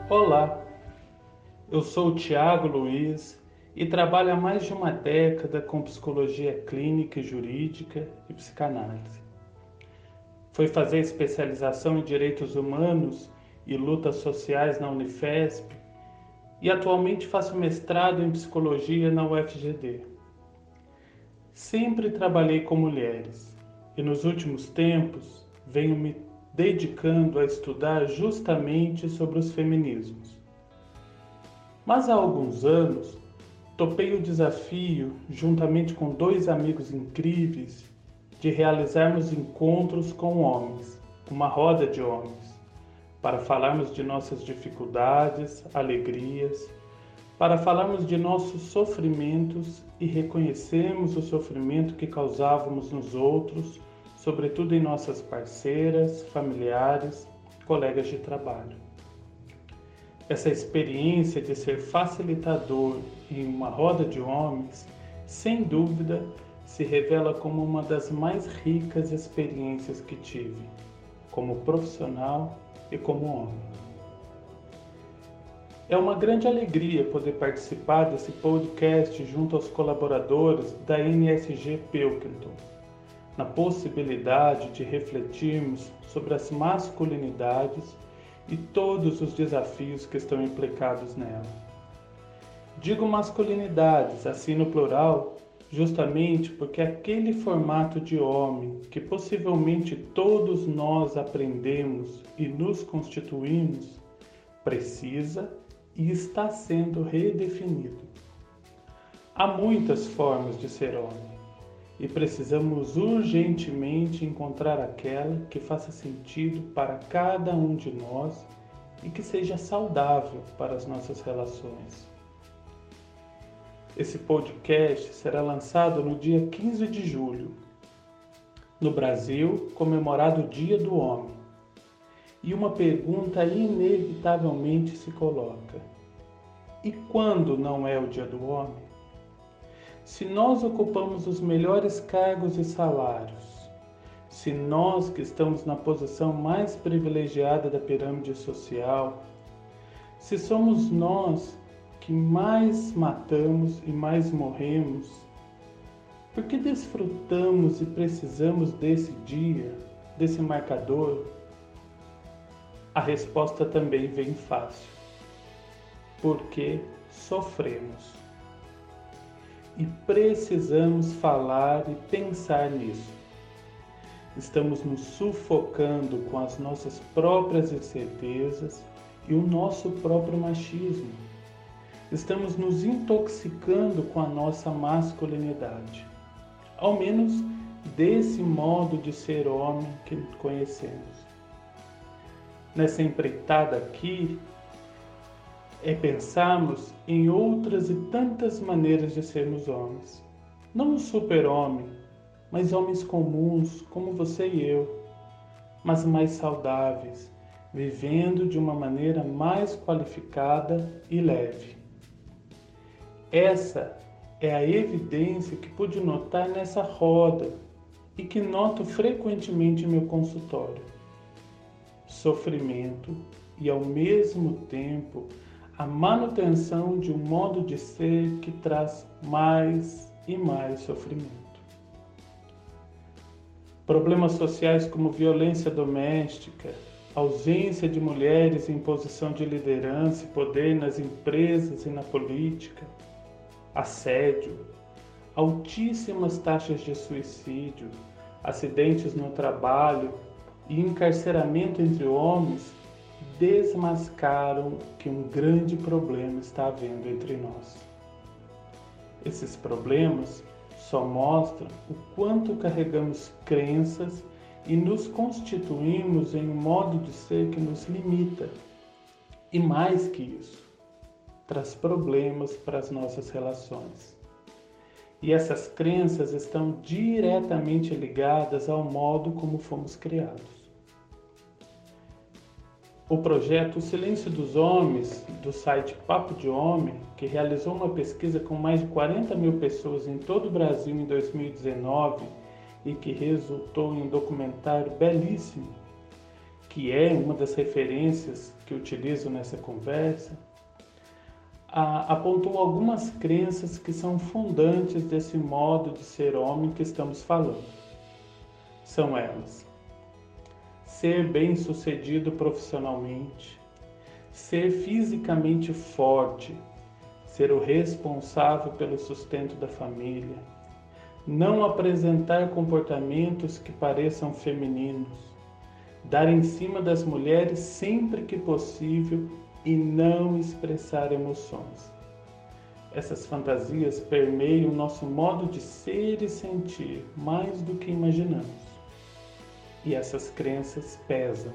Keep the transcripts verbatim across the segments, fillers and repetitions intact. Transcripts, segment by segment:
Olá, eu sou o Tiago Luiz e trabalho há mais de uma década com psicologia clínica e jurídica e psicanálise. Fui fazer especialização em direitos humanos e lutas sociais na Unifesp e atualmente faço mestrado em psicologia na U F G D. Sempre trabalhei com mulheres e nos últimos tempos venho me dedicando a estudar justamente sobre os feminismos. Mas há alguns anos, topei o desafio, juntamente com dois amigos incríveis, de realizarmos encontros com homens, uma roda de homens, para falarmos de nossas dificuldades, alegrias, para falarmos de nossos sofrimentos e reconhecermos o sofrimento que causávamos nos outros, sobretudo em nossas parceiras, familiares, colegas de trabalho. Essa experiência de ser facilitador em uma roda de homens, sem dúvida, se revela como uma das mais ricas experiências que tive, como profissional e como homem. É uma grande alegria poder participar desse podcast junto aos colaboradores da N S G Pilkington, na possibilidade de refletirmos sobre as masculinidades e todos os desafios que estão implicados nela. Digo masculinidades, assim no plural, justamente porque aquele formato de homem que possivelmente todos nós aprendemos e nos constituímos, precisa e está sendo redefinido. Há muitas formas de ser homem e precisamos urgentemente encontrar aquela que faça sentido para cada um de nós e que seja saudável para as nossas relações. Esse podcast será lançado no dia quinze de julho. No Brasil, comemorado o Dia do Homem. E uma pergunta inevitavelmente se coloca: e quando não é o Dia do Homem? Se nós ocupamos os melhores cargos e salários, se nós que estamos na posição mais privilegiada da pirâmide social, se somos nós que mais matamos e mais morremos, por que desfrutamos e precisamos desse dia, desse marcador? A resposta também vem fácil. Porque sofremos. E precisamos falar e pensar nisso. Estamos nos sufocando com as nossas próprias incertezas e o nosso próprio machismo. Estamos nos intoxicando com a nossa masculinidade. Ao menos desse modo de ser homem que conhecemos. Nessa empreitada aqui, é pensarmos em outras e tantas maneiras de sermos homens. Não um super-homem, mas homens comuns, como você e eu, mas mais saudáveis, vivendo de uma maneira mais qualificada e leve. Essa é a evidência que pude notar nessa roda e que noto frequentemente em meu consultório. Sofrimento e, ao mesmo tempo, a manutenção de um modo de ser que traz mais e mais sofrimento. Problemas sociais como violência doméstica, ausência de mulheres em posição de liderança e poder nas empresas e na política, assédio, altíssimas taxas de suicídio, acidentes no trabalho e encarceramento entre homens desmascaram que um grande problema está havendo entre nós. Esses problemas só mostram o quanto carregamos crenças e nos constituímos em um modo de ser que nos limita. E mais que isso, traz problemas para as nossas relações. E essas crenças estão diretamente ligadas ao modo como fomos criados. O projeto O Silêncio dos Homens, do site Papo de Homem, que realizou uma pesquisa com mais de quarenta mil pessoas em todo o Brasil em dois mil e dezenove e que resultou em um documentário belíssimo, que que é uma das referências que utilizo nessa conversa, a, apontou algumas crenças que são fundantes desse modo de ser homem que estamos falando. São elas: ser bem-sucedido profissionalmente, ser fisicamente forte, ser o responsável pelo sustento da família, não apresentar comportamentos que pareçam femininos, dar em cima das mulheres sempre que possível e não expressar emoções. Essas fantasias permeiam nosso modo de ser e sentir mais do que imaginamos. E essas crenças pesam.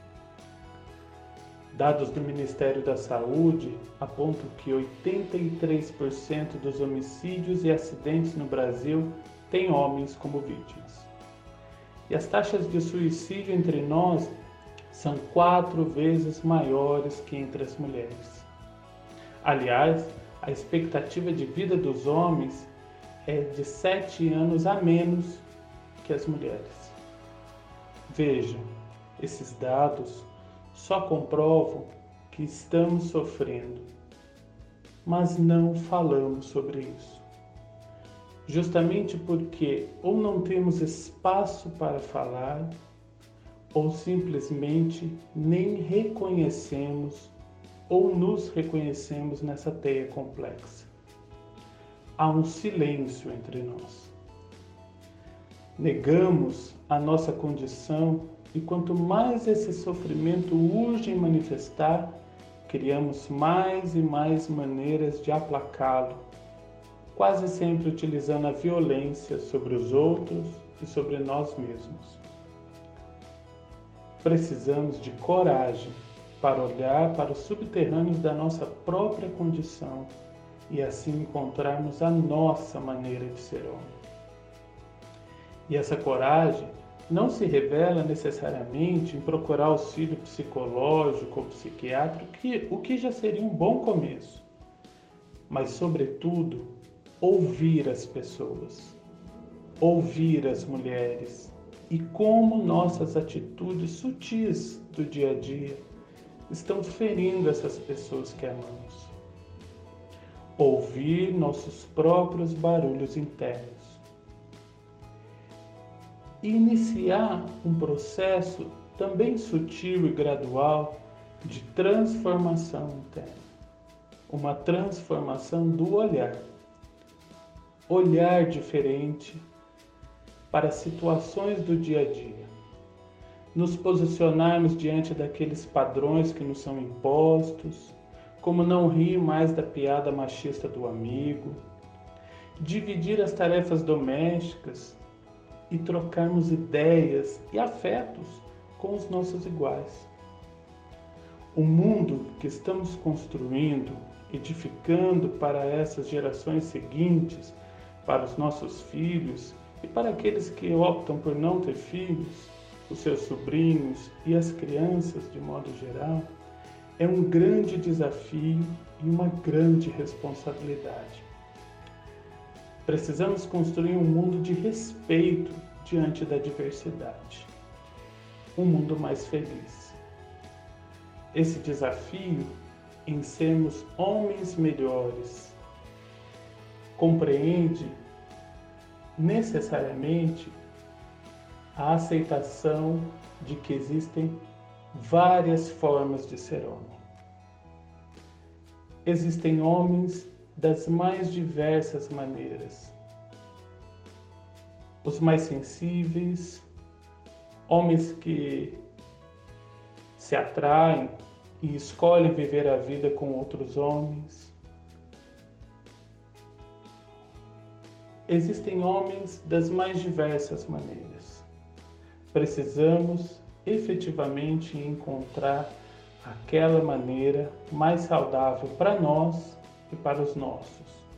Dados do Ministério da Saúde apontam que oitenta e três por cento dos homicídios e acidentes no Brasil têm homens como vítimas. E as taxas de suicídio entre nós são quatro vezes maiores que entre as mulheres. Aliás, a expectativa de vida dos homens é de sete anos a menos que as mulheres. Vejam, esses dados só comprovam que estamos sofrendo, mas não falamos sobre isso. Justamente porque ou não temos espaço para falar, ou simplesmente nem reconhecemos ou nos reconhecemos nessa teia complexa. Há um silêncio entre nós. Negamos a nossa condição e quanto mais esse sofrimento urge em manifestar, criamos mais e mais maneiras de aplacá-lo, quase sempre utilizando a violência sobre os outros e sobre nós mesmos. Precisamos de coragem para olhar para os subterrâneos da nossa própria condição e assim encontrarmos a nossa maneira de ser homem. E essa coragem não se revela necessariamente em procurar auxílio psicológico ou psiquiátrico, que, o que já seria um bom começo, mas, sobretudo, ouvir as pessoas, ouvir as mulheres e como nossas atitudes sutis do dia a dia estão ferindo essas pessoas que amamos. Ouvir nossos próprios barulhos internos. E iniciar um processo também sutil e gradual de transformação interna. Uma transformação do olhar. Olhar diferente para situações do dia a dia. Nos posicionarmos diante daqueles padrões que nos são impostos, como não rir mais da piada machista do amigo, dividir as tarefas domésticas e trocarmos ideias e afetos com os nossos iguais. O mundo que estamos construindo, edificando para essas gerações seguintes, para os nossos filhos e para aqueles que optam por não ter filhos, os seus sobrinhos e as crianças de modo geral, é um grande desafio e uma grande responsabilidade. Precisamos construir um mundo de respeito diante da diversidade. Um mundo mais feliz. Esse desafio em sermos homens melhores compreende necessariamente a aceitação de que existem várias formas de ser homem. Existem homens das mais diversas maneiras. Os mais sensíveis, homens que se atraem e escolhem viver a vida com outros homens. Existem homens das mais diversas maneiras. Precisamos efetivamente encontrar aquela maneira mais saudável para nós e para os nossos.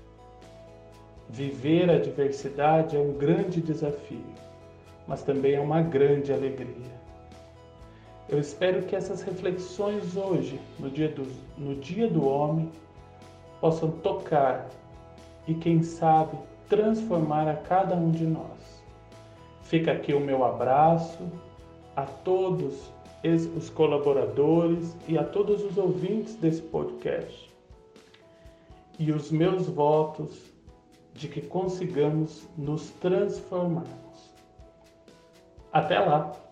Viver a diversidade é um grande desafio, mas também é uma grande alegria. Eu espero que essas reflexões hoje, no dia do, no dia do homem, possam tocar e, quem sabe, transformar a cada um de nós. Fica aqui o meu abraço a todos os colaboradores e a todos os ouvintes desse podcast. E os meus votos de que consigamos nos transformarmos. Até lá!